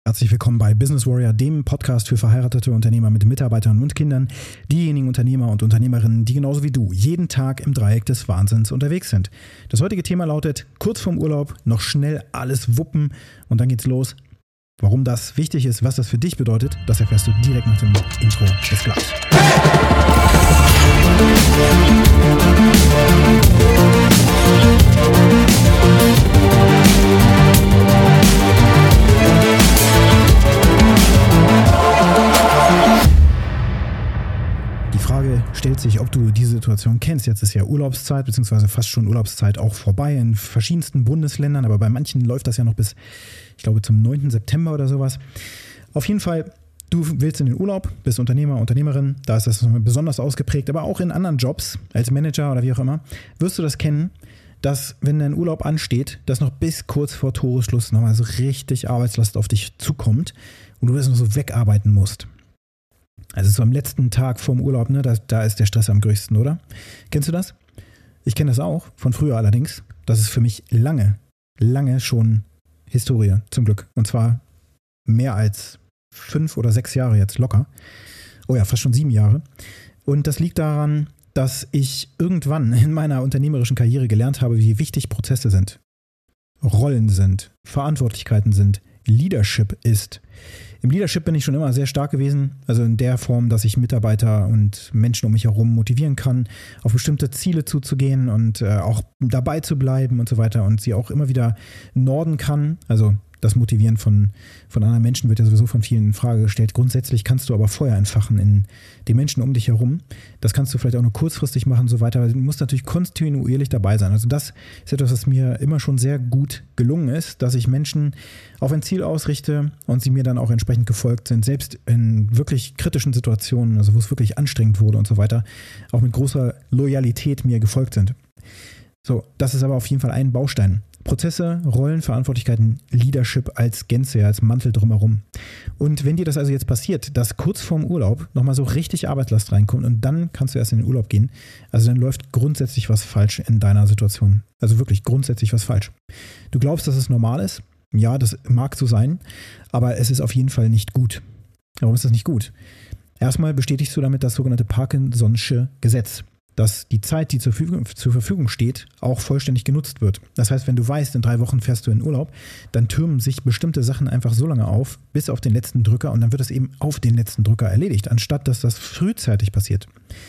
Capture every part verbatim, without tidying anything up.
Herzlich willkommen bei Business Warrior, dem Podcast für verheiratete Unternehmer mit Mitarbeitern und Kindern, diejenigen Unternehmer und Unternehmerinnen, die genauso wie du jeden Tag im Dreieck des Wahnsinns unterwegs sind. Das heutige Thema lautet: kurz vorm Urlaub noch schnell alles wuppen und dann geht's los. Warum das wichtig ist, was das für dich bedeutet, das erfährst du direkt nach dem Intro. Bis gleich. Die Frage stellt sich, ob du diese Situation kennst. Jetzt ist ja Urlaubszeit, beziehungsweise fast schon Urlaubszeit auch vorbei in verschiedensten Bundesländern, aber bei manchen läuft das ja noch bis, ich glaube, zum neunten September oder sowas. Auf jeden Fall, du willst in den Urlaub, bist Unternehmer, Unternehmerin, da ist das besonders ausgeprägt, aber auch in anderen Jobs, als Manager oder wie auch immer, wirst du das kennen, dass, wenn dein Urlaub ansteht, dass noch bis kurz vor Toresschluss nochmal so richtig Arbeitslast auf dich zukommt und du das noch so wegarbeiten musst. Also so am letzten Tag vorm Urlaub, ne, da, da ist der Stress am größten, oder? Kennst du das? Ich kenne das auch, von früher allerdings. Das ist für mich lange, lange schon Historie, zum Glück. Und zwar mehr als fünf oder sechs Jahre jetzt locker. Oh ja, fast schon sieben Jahre. Und das liegt daran, dass ich irgendwann in meiner unternehmerischen Karriere gelernt habe, wie wichtig Prozesse sind, Rollen sind, Verantwortlichkeiten sind, Leadership ist. Im Leadership bin ich schon immer sehr stark gewesen, also in der Form, dass ich Mitarbeiter und Menschen um mich herum motivieren kann, auf bestimmte Ziele zuzugehen und äh, auch dabei zu bleiben und so weiter und sie auch immer wieder norden kann, also das Motivieren von, von anderen Menschen wird ja sowieso von vielen in Frage gestellt. Grundsätzlich kannst du aber Feuer entfachen in den Menschen um dich herum. Das kannst du vielleicht auch nur kurzfristig machen und so weiter. Du musst natürlich kontinuierlich dabei sein. Also das ist etwas, was mir immer schon sehr gut gelungen ist, dass ich Menschen auf ein Ziel ausrichte und sie mir dann auch entsprechend gefolgt sind, selbst in wirklich kritischen Situationen, also wo es wirklich anstrengend wurde und so weiter, auch mit großer Loyalität mir gefolgt sind. So, das ist aber auf jeden Fall ein Baustein. Prozesse, Rollen, Verantwortlichkeiten, Leadership als Gänze, als Mantel drumherum. Und wenn dir das also jetzt passiert, dass kurz vorm Urlaub nochmal so richtig Arbeitslast reinkommt und dann kannst du erst in den Urlaub gehen, also dann läuft grundsätzlich was falsch in deiner Situation. Also wirklich grundsätzlich was falsch. Du glaubst, dass es normal ist? Ja, das mag so sein, aber es ist auf jeden Fall nicht gut. Warum ist das nicht gut? Erstmal bestätigst du damit das sogenannte Parkinson'sche Gesetz, dass die Zeit, die zur Verfügung, zur Verfügung steht, auch vollständig genutzt wird. Das heißt, wenn du weißt, in drei Wochen fährst du in Urlaub, dann türmen sich bestimmte Sachen einfach so lange auf, bis auf den letzten Drücker und dann wird es eben auf den letzten Drücker erledigt, anstatt dass das frühzeitig passiert.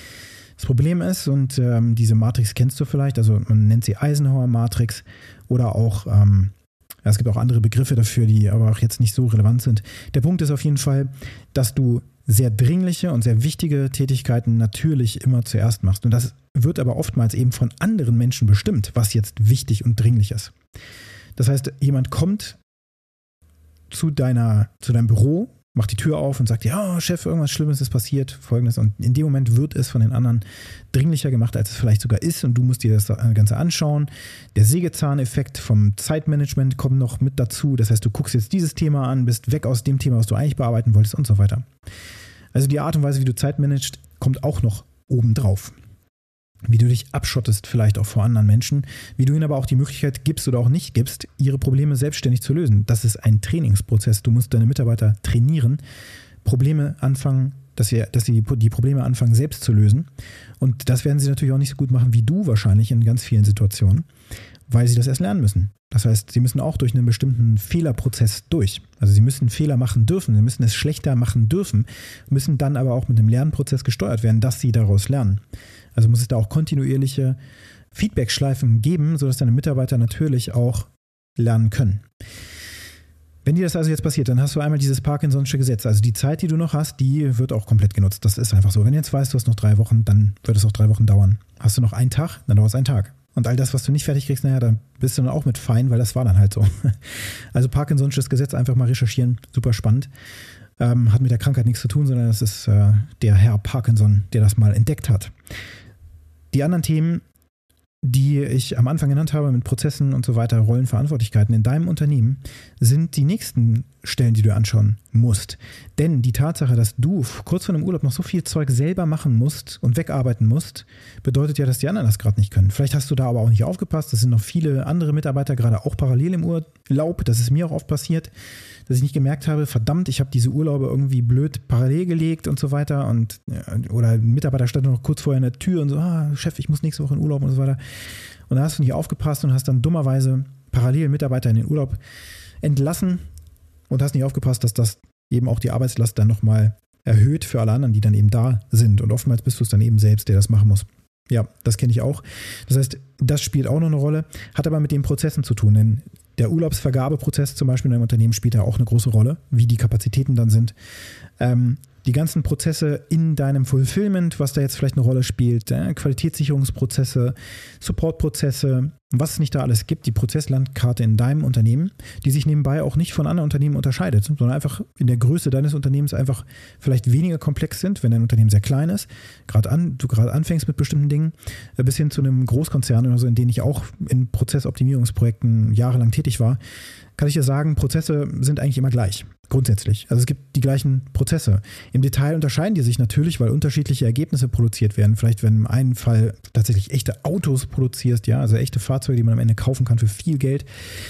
Das Problem ist, und ähm, diese Matrix kennst du vielleicht, also man nennt sie Eisenhower-Matrix oder auch, ähm, ja, es gibt auch andere Begriffe dafür, die aber auch jetzt nicht so relevant sind. Der Punkt ist auf jeden Fall, dass du sehr dringliche und sehr wichtige Tätigkeiten natürlich immer zuerst machst. Und das wird aber oftmals eben von anderen Menschen bestimmt, was jetzt wichtig und dringlich ist. Das heißt, jemand kommt zu deiner, zu deinem Büro, macht die Tür auf und sagt, ja, Chef, irgendwas Schlimmes ist passiert, Folgendes. Und in dem Moment wird es von den anderen dringlicher gemacht, als es vielleicht sogar ist. Und du musst dir das Ganze anschauen. Der Sägezahneffekt vom Zeitmanagement kommt noch mit dazu. Das heißt, du guckst jetzt dieses Thema an, bist weg aus dem Thema, was du eigentlich bearbeiten wolltest und so weiter. Also die Art und Weise, wie du Zeit managst, kommt auch noch obendrauf. Wie du dich abschottest vielleicht auch vor anderen Menschen, wie du ihnen aber auch die Möglichkeit gibst oder auch nicht gibst, ihre Probleme selbstständig zu lösen. Das ist ein Trainingsprozess. Du musst deine Mitarbeiter trainieren, Probleme anfangen, dass sie, dass sie die Probleme anfangen selbst zu lösen. Und das werden sie natürlich auch nicht so gut machen wie du wahrscheinlich in ganz vielen Situationen, weil sie das erst lernen müssen. Das heißt, sie müssen auch durch einen bestimmten Fehlerprozess durch. Also sie müssen Fehler machen dürfen, sie müssen es schlechter machen dürfen, müssen dann aber auch mit einem Lernprozess gesteuert werden, dass sie daraus lernen. Also muss es da auch kontinuierliche Feedback-Schleifen geben, sodass deine Mitarbeiter natürlich auch lernen können. Wenn dir das also jetzt passiert, dann hast du einmal dieses Parkinson'sche Gesetz. Also die Zeit, die du noch hast, die wird auch komplett genutzt. Das ist einfach so. Wenn du jetzt weißt, du hast noch drei Wochen, dann wird es auch drei Wochen dauern. Hast du noch einen Tag, dann dauert es einen Tag. Und all das, was du nicht fertig kriegst, naja, da bist du dann auch mit fein, weil das war dann halt so. Also Parkinson'sches Gesetz einfach mal recherchieren, super spannend. Ähm, hat mit der Krankheit nichts zu tun, sondern das ist äh, der Herr Parkinson, der das mal entdeckt hat. Die anderen Themen, die ich am Anfang genannt habe, mit Prozessen und so weiter, Rollen, Verantwortlichkeiten in deinem Unternehmen, sind die nächsten Stellen, die du anschauen musst. Denn die Tatsache, dass du kurz vor dem Urlaub noch so viel Zeug selber machen musst und wegarbeiten musst, bedeutet ja, dass die anderen das gerade nicht können. Vielleicht hast du da aber auch nicht aufgepasst. Es sind noch viele andere Mitarbeiter gerade auch parallel im Urlaub. Das ist mir auch oft passiert, dass ich nicht gemerkt habe, verdammt, ich habe diese Urlaube irgendwie blöd parallel gelegt und so weiter. Und, oder ein Mitarbeiter stand noch kurz vorher in der Tür und so, ah, Chef, ich muss nächste Woche in Urlaub und so weiter. Und da hast du nicht aufgepasst und hast dann dummerweise parallel Mitarbeiter in den Urlaub entlassen und hast nicht aufgepasst, dass das eben auch die Arbeitslast dann nochmal erhöht für alle anderen, die dann eben da sind. Und oftmals bist du es dann eben selbst, der das machen muss. Ja, das kenne ich auch. Das heißt, das spielt auch noch eine Rolle, hat aber mit den Prozessen zu tun, denn der Urlaubsvergabeprozess zum Beispiel in einem Unternehmen spielt da auch eine große Rolle, wie die Kapazitäten dann sind. Ähm, die ganzen Prozesse in deinem Fulfillment, was da jetzt vielleicht eine Rolle spielt, äh, Qualitätssicherungsprozesse, Supportprozesse, was es nicht da alles gibt, die Prozesslandkarte in deinem Unternehmen, die sich nebenbei auch nicht von anderen Unternehmen unterscheidet, sondern einfach in der Größe deines Unternehmens einfach vielleicht weniger komplex sind, wenn dein Unternehmen sehr klein ist, gerade an, du gerade anfängst mit bestimmten Dingen, äh, bis hin zu einem Großkonzern oder so, in dem ich auch in Prozessoptimierungsprojekten jahrelang tätig war, kann ich dir sagen, Prozesse sind eigentlich immer gleich, grundsätzlich. Also es gibt die gleichen Prozesse. Im Detail unterscheiden die sich natürlich, weil unterschiedliche Ergebnisse produziert werden. Vielleicht, wenn im einen Fall tatsächlich echte Autos produzierst, ja, also echte Fahrzeuge, die man am Ende kaufen kann für viel Geld.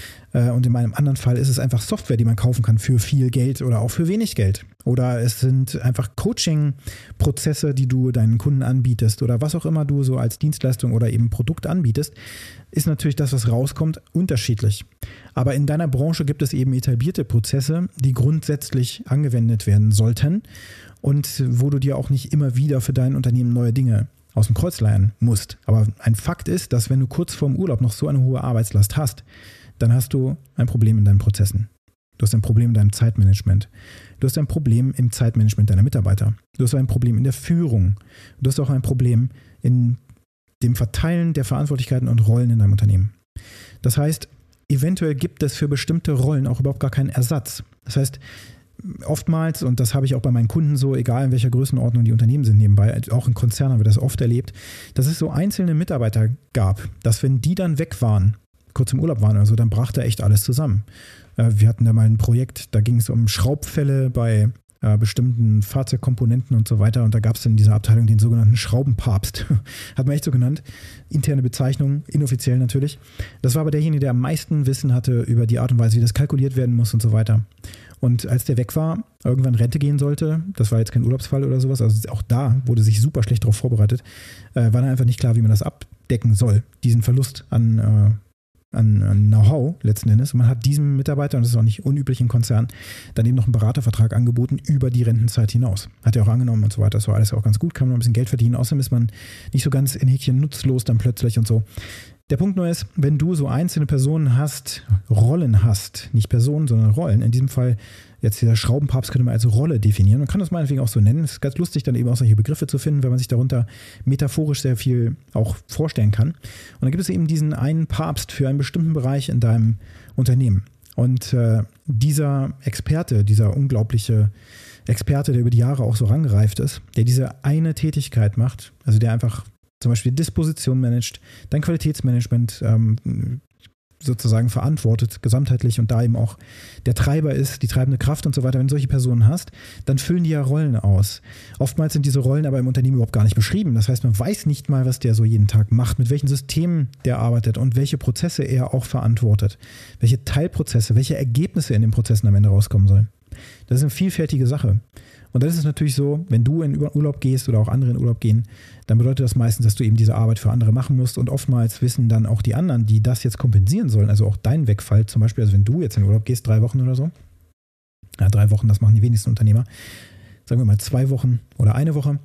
Und in einem anderen Fall ist es einfach Software, die man kaufen kann für viel Geld oder auch für wenig Geld. Oder es sind einfach Coaching-Prozesse, die du deinen Kunden anbietest oder was auch immer du so als Dienstleistung oder eben Produkt anbietest, ist natürlich das, was rauskommt, unterschiedlich. Aber in deiner Branche gibt es eben etablierte Prozesse, die grundsätzlich angewendet werden sollten und wo du dir auch nicht immer wieder für dein Unternehmen neue Dinge aus dem Kreuz leiern musst. Aber ein Fakt ist, dass wenn du kurz vorm Urlaub noch so eine hohe Arbeitslast hast, dann hast du ein Problem in deinen Prozessen. Du hast ein Problem in deinem Zeitmanagement. Du hast ein Problem im Zeitmanagement deiner Mitarbeiter. Du hast ein Problem in der Führung. Du hast auch ein Problem in dem Verteilen der Verantwortlichkeiten und Rollen in deinem Unternehmen. Das heißt, eventuell gibt es für bestimmte Rollen auch überhaupt gar keinen Ersatz. Das heißt, oftmals, und das habe ich auch bei meinen Kunden so, egal in welcher Größenordnung die Unternehmen sind nebenbei, auch in Konzernen haben wir das oft erlebt, dass es so einzelne Mitarbeiter gab, dass wenn die dann weg waren, kurz im Urlaub waren oder so, dann brach da echt alles zusammen. Wir hatten da mal ein Projekt, da ging es um Schraubfälle bei äh, bestimmten Fahrzeugkomponenten und so weiter und da gab es in dieser Abteilung den sogenannten Schraubenpapst. Hat man echt so genannt. Interne Bezeichnung, inoffiziell natürlich. Das war aber derjenige, der am meisten Wissen hatte über die Art und Weise, wie das kalkuliert werden muss und so weiter. Und als der weg war, irgendwann Rente gehen sollte, das war jetzt kein Urlaubsfall oder sowas, also auch da wurde sich super schlecht darauf vorbereitet, äh, war dann einfach nicht klar, wie man das abdecken soll, diesen Verlust an äh, An, an Know-how letzten Endes. Und man hat diesem Mitarbeiter, und das ist auch nicht unüblich in Konzernen, dann eben noch einen Beratervertrag angeboten über die Rentenzeit hinaus. Hat er auch angenommen und so weiter. Das war alles auch ganz gut, kann man noch ein bisschen Geld verdienen. Außerdem ist man nicht so ganz in Häkchen nutzlos dann plötzlich und so. Der Punkt nur ist, wenn du so einzelne Personen hast, Rollen hast, nicht Personen, sondern Rollen, in diesem Fall jetzt dieser Schraubenpapst könnte man als Rolle definieren. Man kann das meinetwegen auch so nennen. Es ist ganz lustig, dann eben auch solche Begriffe zu finden, weil man sich darunter metaphorisch sehr viel auch vorstellen kann. Und dann gibt es eben diesen einen Papst für einen bestimmten Bereich in deinem Unternehmen. Und äh, dieser Experte, dieser unglaubliche Experte, der über die Jahre auch so rangereift ist, der diese eine Tätigkeit macht, also der einfach zum Beispiel Disposition managt, dein Qualitätsmanagement ähm, sozusagen verantwortet, gesamtheitlich und da eben auch der Treiber ist, die treibende Kraft und so weiter. Wenn du solche Personen hast, dann füllen die ja Rollen aus. Oftmals sind diese Rollen aber im Unternehmen überhaupt gar nicht beschrieben. Das heißt, man weiß nicht mal, was der so jeden Tag macht, mit welchen Systemen der arbeitet und welche Prozesse er auch verantwortet, welche Teilprozesse, welche Ergebnisse in den Prozessen am Ende rauskommen sollen. Das ist eine vielfältige Sache. Und dann ist es natürlich so, wenn du in Urlaub gehst oder auch andere in Urlaub gehen, dann bedeutet das meistens, dass du eben diese Arbeit für andere machen musst und oftmals wissen dann auch die anderen, die das jetzt kompensieren sollen, also auch dein Wegfall zum Beispiel, also wenn du jetzt in Urlaub gehst, drei Wochen oder so, ja, drei Wochen, das machen die wenigsten Unternehmer, sagen wir mal zwei Wochen oder eine Woche,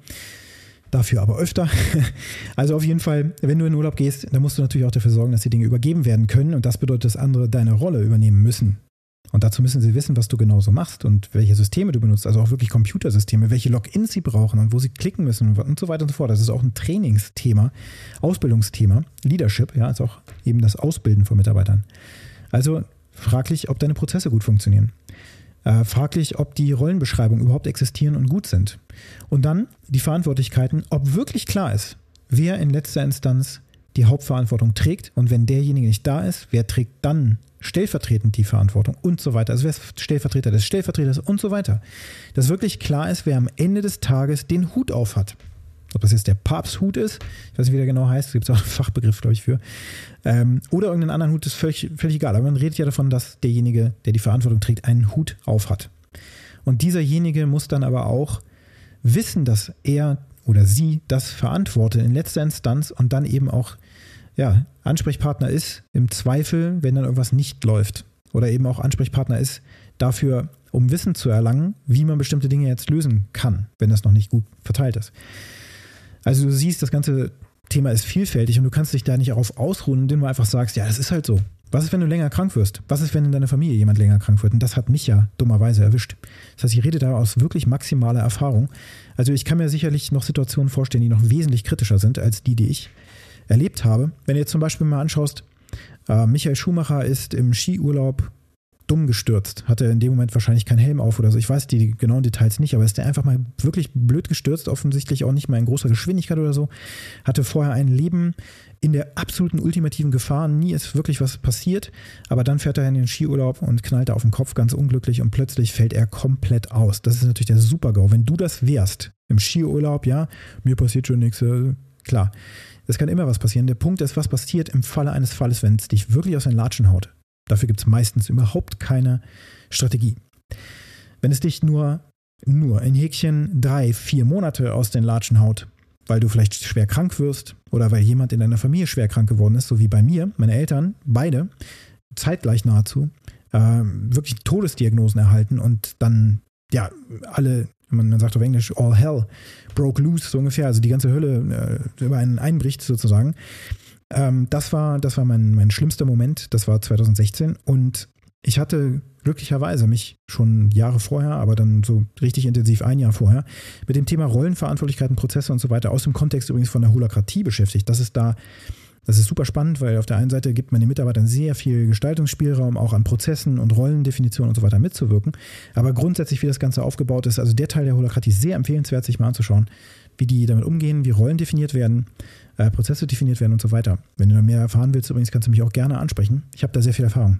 dafür aber öfter. Also auf jeden Fall, wenn du in Urlaub gehst, dann musst du natürlich auch dafür sorgen, dass die Dinge übergeben werden können und das bedeutet, dass andere deine Rolle übernehmen müssen. Und dazu müssen sie wissen, was du genauso machst und welche Systeme du benutzt, also auch wirklich Computersysteme, welche Logins sie brauchen und wo sie klicken müssen und so weiter und so fort. Das ist auch ein Trainingsthema, Ausbildungsthema, Leadership, ja, ist auch eben das Ausbilden von Mitarbeitern. Also fraglich, ob deine Prozesse gut funktionieren. Äh, fraglich, ob die Rollenbeschreibungen überhaupt existieren und gut sind. Und dann die Verantwortlichkeiten, ob wirklich klar ist, wer in letzter Instanz die Hauptverantwortung trägt und wenn derjenige nicht da ist, wer trägt dann stellvertretend die Verantwortung und so weiter. Also wer ist Stellvertreter des Stellvertreters und so weiter. Dass wirklich klar ist, wer am Ende des Tages den Hut auf hat. Ob das jetzt der Papsthut ist, ich weiß nicht, wie der genau heißt, gibt es auch einen Fachbegriff, glaube ich, für. Ähm, oder irgendeinen anderen Hut, ist völlig, völlig egal. Aber man redet ja davon, dass derjenige, der die Verantwortung trägt, einen Hut auf hat. Und dieserjenige muss dann aber auch wissen, dass er oder sie das verantwortet in letzter Instanz und dann eben auch ja, Ansprechpartner ist im Zweifel, wenn dann irgendwas nicht läuft. Oder eben auch Ansprechpartner ist dafür, um Wissen zu erlangen, wie man bestimmte Dinge jetzt lösen kann, wenn das noch nicht gut verteilt ist. Also du siehst, das ganze Thema ist vielfältig und du kannst dich da nicht darauf ausruhen, indem du einfach sagst, ja, das ist halt so. Was ist, wenn du länger krank wirst? Was ist, wenn in deiner Familie jemand länger krank wird? Und das hat mich ja dummerweise erwischt. Das heißt, ich rede da aus wirklich maximaler Erfahrung. Also ich kann mir sicherlich noch Situationen vorstellen, die noch wesentlich kritischer sind als die, die ich erlebt habe. Wenn du jetzt zum Beispiel mal anschaust, äh, Michael Schumacher ist im Skiurlaub dumm gestürzt, hatte in dem Moment wahrscheinlich keinen Helm auf oder so. Ich weiß die genauen Details nicht, aber ist der einfach mal wirklich blöd gestürzt, offensichtlich auch nicht mal in großer Geschwindigkeit oder so. Hatte vorher ein Leben in der absoluten ultimativen Gefahr. Nie ist wirklich was passiert, aber dann fährt er in den Skiurlaub und knallt er auf den Kopf, ganz unglücklich und plötzlich fällt er komplett aus. Das ist natürlich der Super-GAU. Wenn du das wärst, im Skiurlaub, ja, mir passiert schon nichts, äh, klar. Es kann immer was passieren. Der Punkt ist, was passiert im Falle eines Falles, wenn es dich wirklich aus den Latschen haut. Dafür gibt es meistens überhaupt keine Strategie. Wenn es dich nur, nur in Häkchen drei, vier Monate aus den Latschen haut, weil du vielleicht schwer krank wirst oder weil jemand in deiner Familie schwer krank geworden ist, so wie bei mir, meine Eltern, beide, zeitgleich nahezu, äh, wirklich Todesdiagnosen erhalten und dann, ja, alle, man, man sagt auf Englisch, all hell broke loose, so ungefähr, also die ganze Hölle äh, über einen einbricht sozusagen. Ähm, das war, das war mein, mein schlimmster Moment, das war zwanzig sechzehn und ich hatte glücklicherweise mich schon Jahre vorher, aber dann so richtig intensiv ein Jahr vorher, mit dem Thema Rollenverantwortlichkeiten, Prozesse und so weiter, aus dem Kontext übrigens von der Holacratie beschäftigt. Das ist da, das ist super spannend, weil auf der einen Seite gibt man den Mitarbeitern sehr viel Gestaltungsspielraum, auch an Prozessen und Rollendefinitionen und so weiter mitzuwirken. Aber grundsätzlich, wie das Ganze aufgebaut ist, also der Teil der Holacratie ist sehr empfehlenswert, sich mal anzuschauen, wie die damit umgehen, wie Rollen definiert werden, äh, Prozesse definiert werden und so weiter. Wenn du da mehr erfahren willst, übrigens kannst du mich auch gerne ansprechen. Ich habe da sehr viel Erfahrung.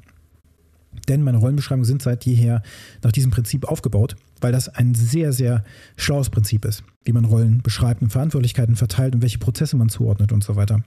Denn meine Rollenbeschreibungen sind seit jeher nach diesem Prinzip aufgebaut, weil das ein sehr, sehr schlaues Prinzip ist, wie man Rollen beschreibt und Verantwortlichkeiten verteilt und welche Prozesse man zuordnet und so weiter.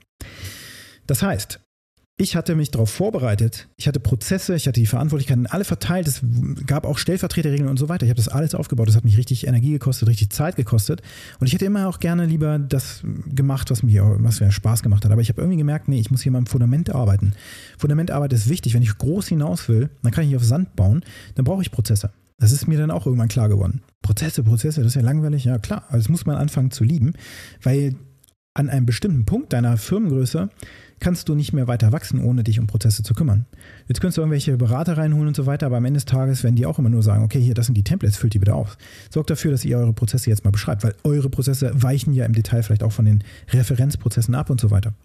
Das heißt, ich hatte mich darauf vorbereitet, ich hatte Prozesse, ich hatte die Verantwortlichkeiten alle verteilt, es gab auch Stellvertreterregeln und so weiter. Ich habe das alles aufgebaut, das hat mich richtig Energie gekostet, richtig Zeit gekostet und ich hätte immer auch gerne lieber das gemacht, was mir, was mir Spaß gemacht hat. Aber ich habe irgendwie gemerkt, nee, ich muss hier mal im Fundament arbeiten. Fundamentarbeit ist wichtig, wenn ich groß hinaus will, dann kann ich nicht auf Sand bauen, dann brauche ich Prozesse. Das ist mir dann auch irgendwann klar geworden. Prozesse, Prozesse, das ist ja langweilig, ja klar, aber das muss man anfangen zu lieben, weil an einem bestimmten Punkt deiner Firmengröße kannst du nicht mehr weiter wachsen, ohne dich um Prozesse zu kümmern. Jetzt könntest du irgendwelche Berater reinholen und so weiter, aber am Ende des Tages werden die auch immer nur sagen, okay, hier, das sind die Templates, füllt die bitte auf. Sorgt dafür, dass ihr eure Prozesse jetzt mal beschreibt, weil eure Prozesse weichen ja im Detail vielleicht auch von den Referenzprozessen ab und so weiter.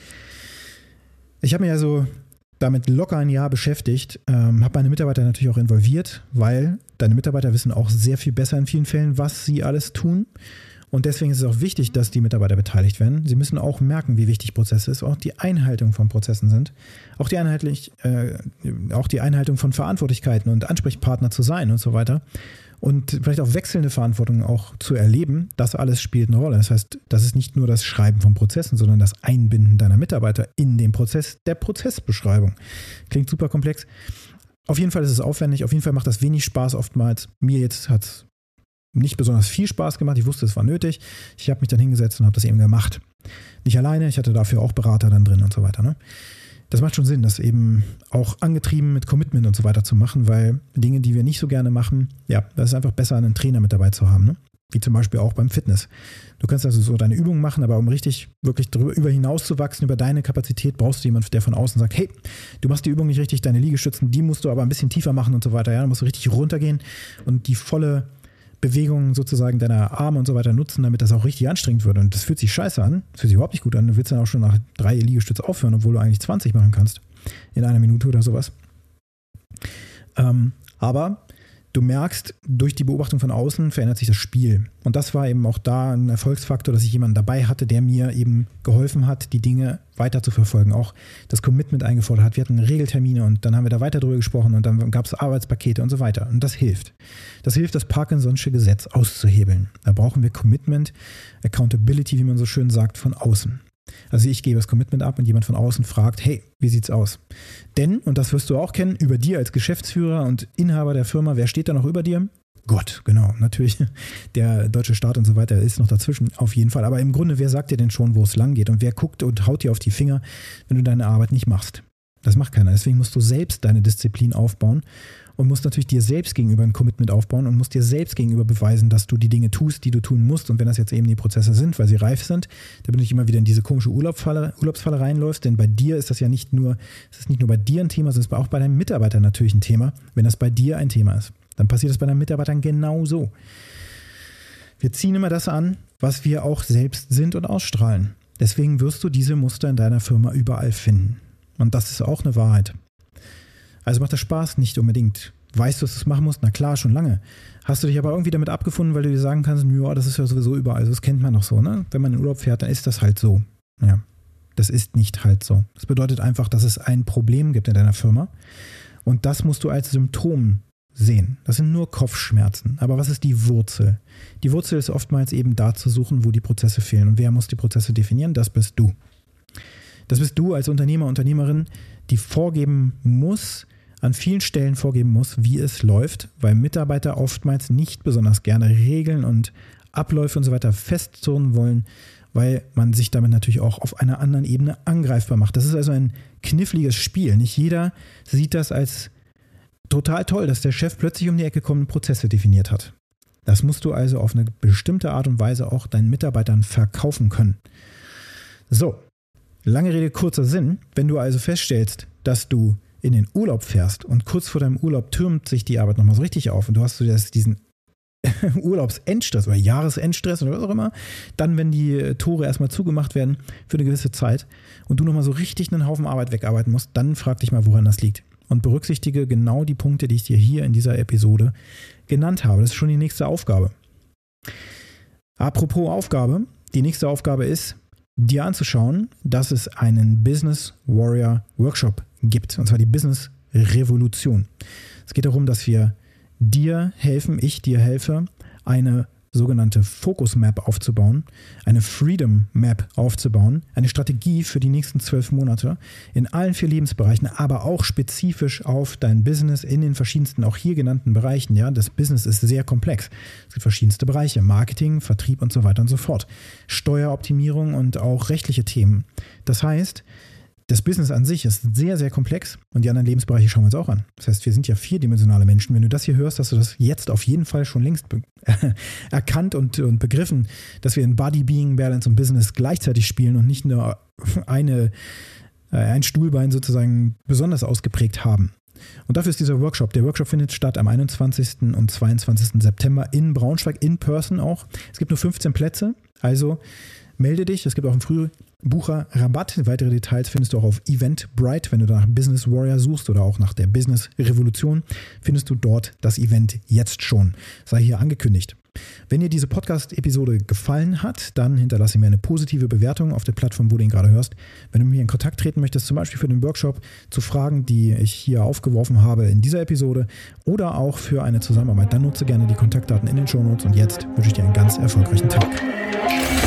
Ich habe mich also damit locker ein Jahr beschäftigt, ähm, habe meine Mitarbeiter natürlich auch involviert, weil deine Mitarbeiter wissen auch sehr viel besser in vielen Fällen, was sie alles tun. Und deswegen ist es auch wichtig, dass die Mitarbeiter beteiligt werden. Sie müssen auch merken, wie wichtig Prozesse ist, auch die Einhaltung von Prozessen sind, auch die, Einheitlich, äh, auch die Einhaltung von Verantwortlichkeiten und Ansprechpartner zu sein und so weiter. Und vielleicht auch wechselnde Verantwortung auch zu erleben, das alles spielt eine Rolle. Das heißt, das ist nicht nur das Schreiben von Prozessen, sondern das Einbinden deiner Mitarbeiter in den Prozess der Prozessbeschreibung. Klingt super komplex. Auf jeden Fall ist es aufwendig, auf jeden Fall macht das wenig Spaß oftmals. Mir jetzt hat es nicht besonders viel Spaß gemacht. Ich wusste, es war nötig. Ich habe mich dann hingesetzt und habe das eben gemacht. Nicht alleine, ich hatte dafür auch Berater dann drin und so weiter. Ne? Das macht schon Sinn, das eben auch angetrieben mit Commitment und so weiter zu machen, weil Dinge, die wir nicht so gerne machen, ja, das ist einfach besser, einen Trainer mit dabei zu haben. Ne? Wie zum Beispiel auch beim Fitness. Du kannst also so deine Übungen machen, aber um richtig wirklich darüber hinaus zu wachsen, über deine Kapazität, brauchst du jemanden, der von außen sagt, hey, du machst die Übung nicht richtig, deine Liegestützen, die musst du aber ein bisschen tiefer machen und so weiter. Ja, da musst du richtig runtergehen und die volle Bewegungen sozusagen deiner Arme und so weiter nutzen, damit das auch richtig anstrengend wird. Und das fühlt sich scheiße an. Das fühlt sich überhaupt nicht gut an. Du willst dann auch schon nach drei Liegestütze aufhören, obwohl du eigentlich zwanzig machen kannst. In einer Minute oder sowas. Ähm, aber du merkst, durch die Beobachtung von außen verändert sich das Spiel. Und das war eben auch da ein Erfolgsfaktor, dass ich jemanden dabei hatte, der mir eben geholfen hat, die Dinge weiter zu verfolgen, auch das Commitment eingefordert hat. Wir hatten Regeltermine und dann haben wir da weiter drüber gesprochen und dann gab es Arbeitspakete und so weiter. Und das hilft. Das hilft, das Parkinson'sche Gesetz auszuhebeln. Da brauchen wir Commitment, Accountability, wie man so schön sagt, von außen. Also ich gebe das Commitment ab und jemand von außen fragt, hey, wie sieht's aus? Denn, und das wirst du auch kennen, über dir als Geschäftsführer und Inhaber der Firma, wer steht da noch über dir? Gott, genau, natürlich. Der deutsche Staat und so weiter ist noch dazwischen, auf jeden Fall. Aber im Grunde, wer sagt dir denn schon, wo es lang geht? Und wer guckt und haut dir auf die Finger, wenn du deine Arbeit nicht machst? Das macht keiner. Deswegen musst du selbst deine Disziplin aufbauen und musst natürlich dir selbst gegenüber ein Commitment aufbauen und musst dir selbst gegenüber beweisen, dass du die Dinge tust, die du tun musst. Und wenn das jetzt eben die Prozesse sind, weil sie reif sind, damit du nicht immer wieder in diese komische Urlaubsfalle, Urlaubsfalle reinläufst. Denn bei dir ist das ja nicht nur, es ist nicht nur bei dir ein Thema, sondern es ist auch bei deinen Mitarbeitern natürlich ein Thema. Wenn das bei dir ein Thema ist, dann passiert das bei deinen Mitarbeitern genauso. Wir ziehen immer das an, was wir auch selbst sind und ausstrahlen. Deswegen wirst du diese Muster in deiner Firma überall finden. Und das ist auch eine Wahrheit. Also macht das Spaß? Nicht unbedingt. Weißt du, dass du es machen musst? Na klar, schon lange. Hast du dich aber irgendwie damit abgefunden, weil du dir sagen kannst, ja, das ist ja sowieso überall. Also das kennt man doch so, ne? Wenn man in Urlaub fährt, dann ist das halt so. Ja, das ist nicht halt so. Das bedeutet einfach, dass es ein Problem gibt in deiner Firma. Und das musst du als Symptom sehen. Das sind nur Kopfschmerzen. Aber was ist die Wurzel? Die Wurzel ist oftmals eben da zu suchen, wo die Prozesse fehlen. Und wer muss die Prozesse definieren? Das bist du. Das bist du als Unternehmer, Unternehmerin, die vorgeben muss, an vielen Stellen vorgeben muss, wie es läuft, weil Mitarbeiter oftmals nicht besonders gerne Regeln und Abläufe und so weiter festzurren wollen, weil man sich damit natürlich auch auf einer anderen Ebene angreifbar macht. Das ist also ein kniffliges Spiel. Nicht jeder sieht das als total toll, dass der Chef plötzlich um die Ecke kommt und Prozesse definiert hat. Das musst du also auf eine bestimmte Art und Weise auch deinen Mitarbeitern verkaufen können. So, lange Rede, kurzer Sinn. Wenn du also feststellst, dass du in den Urlaub fährst und kurz vor deinem Urlaub türmt sich die Arbeit nochmal so richtig auf und du hast so das, diesen Urlaubsendstress oder Jahresendstress oder was auch immer, dann, wenn die Tore erstmal zugemacht werden für eine gewisse Zeit und du nochmal so richtig einen Haufen Arbeit wegarbeiten musst, dann frag dich mal, woran das liegt. Und berücksichtige genau die Punkte, die ich dir hier in dieser Episode genannt habe. Das ist schon die nächste Aufgabe. Apropos Aufgabe, die nächste Aufgabe ist, dir anzuschauen, dass es einen Business Warrior Workshop gibt, und zwar die Business Revolution. Es geht darum, dass wir dir helfen, ich dir helfe, eine sogenannte Focus Map aufzubauen, eine Freedom Map aufzubauen, eine Strategie für die nächsten zwölf Monate in allen vier Lebensbereichen, aber auch spezifisch auf dein Business in den verschiedensten, auch hier genannten Bereichen. Ja, das Business ist sehr komplex. Es gibt verschiedenste Bereiche, Marketing, Vertrieb und so weiter und so fort. Steueroptimierung und auch rechtliche Themen. Das heißt, das Business an sich ist sehr, sehr komplex und die anderen Lebensbereiche schauen wir uns auch an. Das heißt, wir sind ja vierdimensionale Menschen. Wenn du das hier hörst, hast du das jetzt auf jeden Fall schon längst be- erkannt und, und begriffen, dass wir in Body, Being, Balance und Business gleichzeitig spielen und nicht nur eine, äh, ein Stuhlbein sozusagen besonders ausgeprägt haben. Und dafür ist dieser Workshop. Der Workshop findet statt am einundzwanzigsten und zweiundzwanzigsten September in Braunschweig, in Person auch. Es gibt nur fünfzehn Plätze, also melde dich. Es gibt auch einen Frühbucher-Rabatt. Weitere Details findest du auch auf Eventbrite. Wenn du nach Business Warrior suchst oder auch nach der Business Revolution, findest du dort das Event jetzt schon. Sei hier angekündigt. Wenn dir diese Podcast-Episode gefallen hat, dann hinterlasse mir eine positive Bewertung auf der Plattform, wo du ihn gerade hörst. Wenn du mit mir in Kontakt treten möchtest, zum Beispiel für den Workshop, zu Fragen, die ich hier aufgeworfen habe in dieser Episode oder auch für eine Zusammenarbeit, dann nutze gerne die Kontaktdaten in den Shownotes. Und jetzt wünsche ich dir einen ganz erfolgreichen Tag.